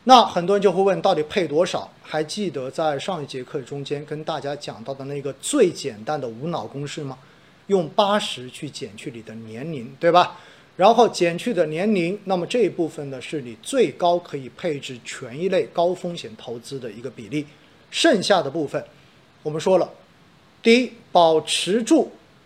那很多人就会问，到底配多少？还记得在上一节课中间跟大家讲到的那个最简单的无脑公式吗？用80去减去你的年龄，对吧？然后减去的年龄，那么这一部分呢是你最高可以配置权益类高风险投资的一个比例。剩下的部分，我们说了，第一，保持住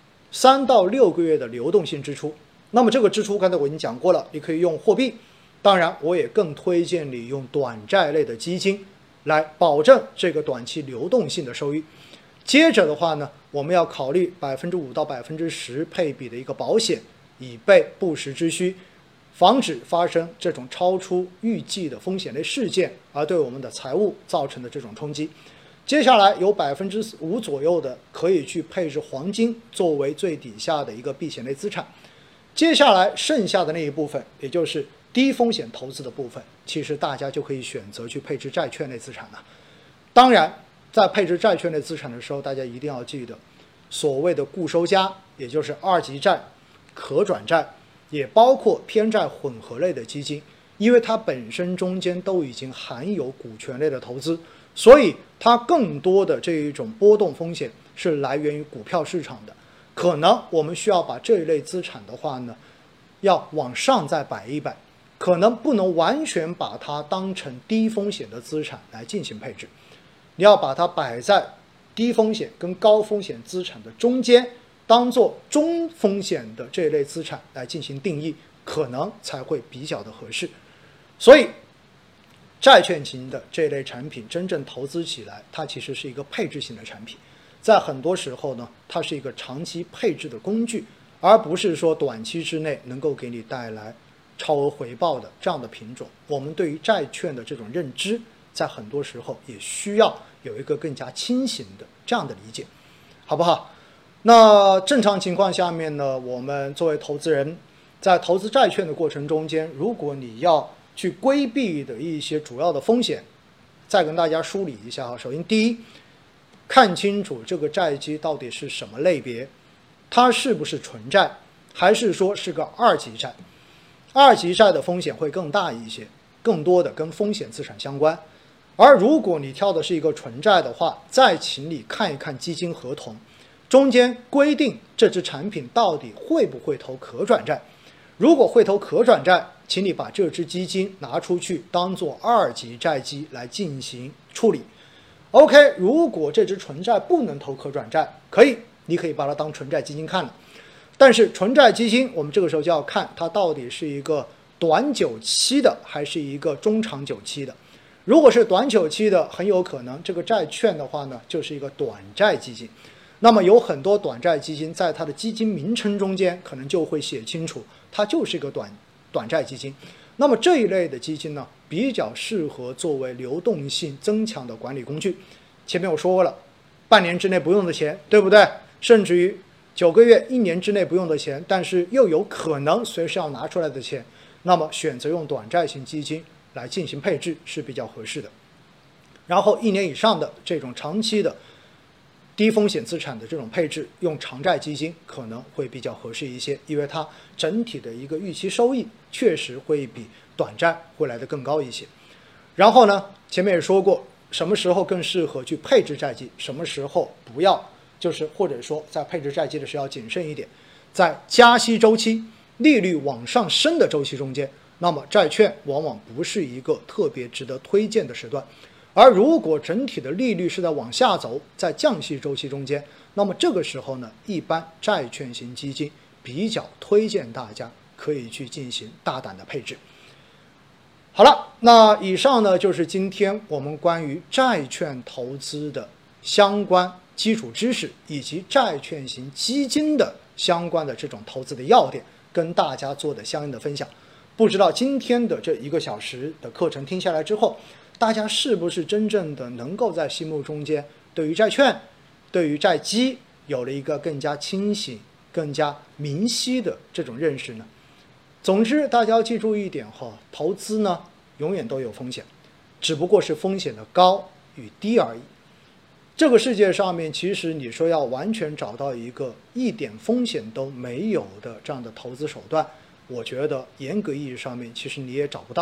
3到6个月的流动性支出。那么这个支出刚才我已经讲过了，你可以用货币，当然我也更推荐你用短债类的基金来保证这个短期流动性的收益。接着的话呢，我们要考虑5%到10%配比的一个保险，以备不时之需，防止发生这种超出预计的风险类事件而对我们的财务造成的这种冲击。接下来有5%左右的可以去配置黄金作为最底下的一个避险类资产。接下来剩下的那一部分，也就是低风险投资的部分，其实大家就可以选择去配置债券类资产了。当然在配置债券类资产的时候，大家一定要记得所谓的固收加，也就是2级债、可转债，也包括偏债混合类的基金，因为它本身中间都已经含有股权类的投资，所以它更多的这一种波动风险是来源于股票市场的。可能我们需要把这一类资产的话呢，要往上再摆一摆，可能不能完全把它当成低风险的资产来进行配置，你要把它摆在低风险跟高风险资产的中间，当做中风险的这一类资产来进行定义，可能才会比较的合适。所以债券型的这类产品真正投资起来，它其实是一个配置型的产品，在很多时候呢，它是一个长期配置的工具，而不是说短期之内能够给你带来超额回报的这样的品种。我们对于债券的这种认知，在很多时候也需要有一个更加清醒的这样的理解，好不好？那正常情况下面呢，我们作为投资人，在投资债券的过程中间，如果你要去规避的一些主要的风险，再跟大家梳理一下。首先第一，看清楚这个债基到底是什么类别，它是不是纯债，还是说是个2级债。2级债的风险会更大一些，更多的跟风险资产相关。而如果你挑的是一个纯债的话，再请你看一看基金合同，中间规定这只产品到底会不会投可转债。如果会投可转债，请你把这只基金拿出去当做2级债基来进行处理。OK， 如果这只纯债不能投可转债，你可以把它当纯债基金看了。但是纯债基金，我们这个时候就要看它到底是一个短久期的还是一个中长久期的。如果是短久期的，很有可能这个债券的话呢，就是一个短债基金。那么有很多短债基金在它的基金名称中间可能就会写清楚，它就是一个短债基金。那么这一类的基金呢，比较适合作为流动性增强的管理工具。前面我说过了，半年之内不用的钱，对不对？甚至于9个月、1年之内不用的钱，但是又有可能随时要拿出来的钱，那么选择用短债型基金来进行配置是比较合适的。然后1年以上的这种长期的低风险资产的这种配置，用长债基金可能会比较合适一些，因为它整体的一个预期收益确实会比短债会来得更高一些。然后呢，前面也说过，什么时候更适合去配置债基，什么时候不要，就是或者说在配置债基的时候要谨慎一点。在加息周期、利率往上升的周期中间，那么债券往往不是一个特别值得推荐的时段。而如果整体的利率是在往下走，在降息周期中间，那么这个时候呢，一般债券型基金比较推荐大家可以去进行大胆的配置。好了，那以上呢就是今天我们关于债券投资的相关基础知识，以及债券型基金的相关的这种投资的要点，跟大家做的相应的分享。不知道今天的这1个小时的课程听下来之后，大家是不是真正的能够在心目中间对于债券、对于债基有了一个更加清醒、更加明晰的这种认识呢？总之大家要记住一点哈，投资呢永远都有风险，只不过是风险的高与低而已。这个世界上面其实你说要完全找到一个一点风险都没有的这样的投资手段，我觉得严格意义上面其实你也找不到。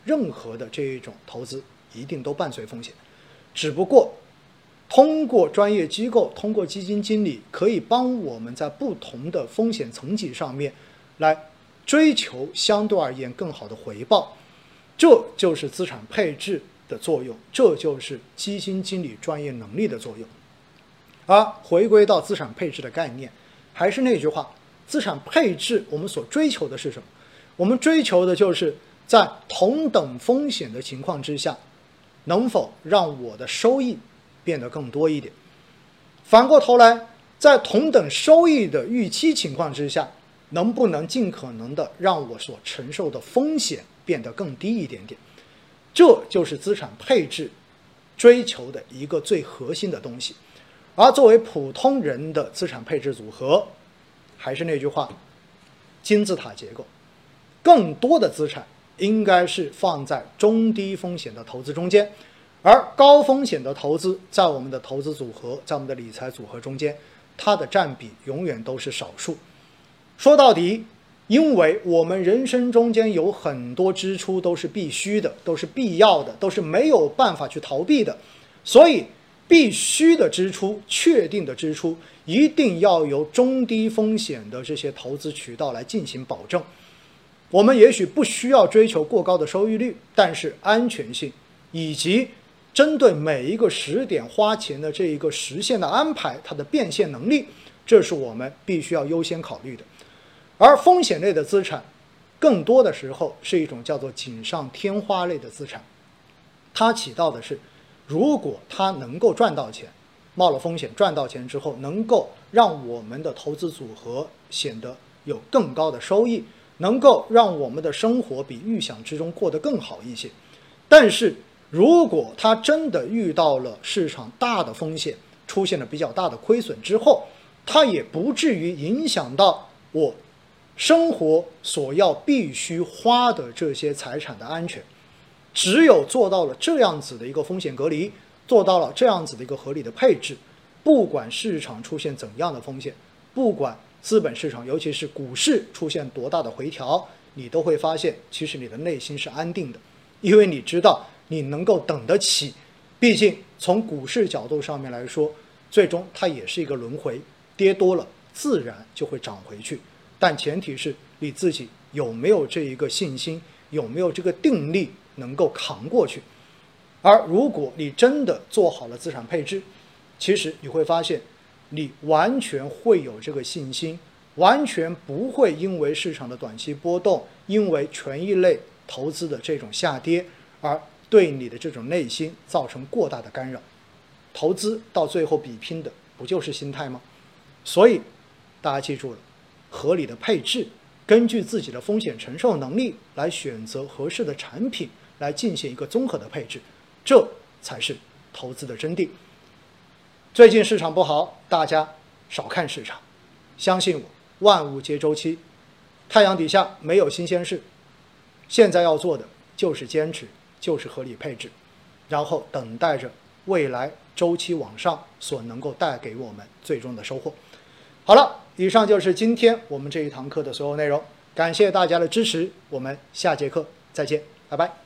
任何的这一种投资一定都伴随风险，只不过通过专业机构，通过基金经理，可以帮我们在不同的风险层级上面来追求相对而言更好的回报。这就是资产配置的作用，这就是基金经理专业能力的作用。而回归到资产配置的概念，还是那句话，资产配置我们所追求的是什么？我们追求的就是在同等风险的情况之下，能否让我的收益变得更多一点。反过头来，在同等收益的预期情况之下，能不能尽可能的让我所承受的风险变得更低一点点。这就是资产配置追求的一个最核心的东西。而作为普通人的资产配置组合，还是那句话，金字塔结构，更多的资产应该是放在中低风险的投资中间，而高风险的投资在我们的投资组合，在我们的理财组合中间，它的占比永远都是少数。说到底，因为我们人生中间有很多支出都是必须的，都是必要的，都是没有办法去逃避的，所以必须的支出，确定的支出，一定要由中低风险的这些投资渠道来进行保证。我们也许不需要追求过高的收益率，但是安全性以及针对每一个时点花钱的这一个实现的安排，它的变现能力，这是我们必须要优先考虑的。而风险类的资产更多的时候是一种叫做锦上添花类的资产，它起到的是，如果它能够赚到钱，冒了风险赚到钱之后，能够让我们的投资组合显得有更高的收益，能够让我们的生活比预想之中过得更好一些。但是如果它真的遇到了市场大的风险，出现了比较大的亏损之后，它也不至于影响到我生活所要必须花的这些财产的安全。只有做到了这样子的一个风险隔离，做到了这样子的一个合理的配置，不管市场出现怎样的风险，不管资本市场尤其是股市出现多大的回调，你都会发现其实你的内心是安定的，因为你知道你能够等得起。毕竟从股市角度上面来说，最终它也是一个轮回，跌多了自然就会涨回去，但前提是你自己有没有这一个信心，有没有这个定力能够扛过去。而如果你真的做好了资产配置，其实你会发现你完全会有这个信心，完全不会因为市场的短期波动，因为权益类投资的这种下跌而对你的这种内心造成过大的干扰。投资到最后比拼的不就是心态吗？所以大家记住了，合理的配置，根据自己的风险承受能力来选择合适的产品，来进行一个综合的配置，这才是投资的真谛。最近市场不好，大家少看市场，相信我，万物皆周期，太阳底下没有新鲜事。现在要做的就是坚持，就是合理配置，然后等待着未来周期往上所能够带给我们最终的收获。好了，以上就是今天我们这一堂课的所有内容，感谢大家的支持，我们下节课再见，拜拜。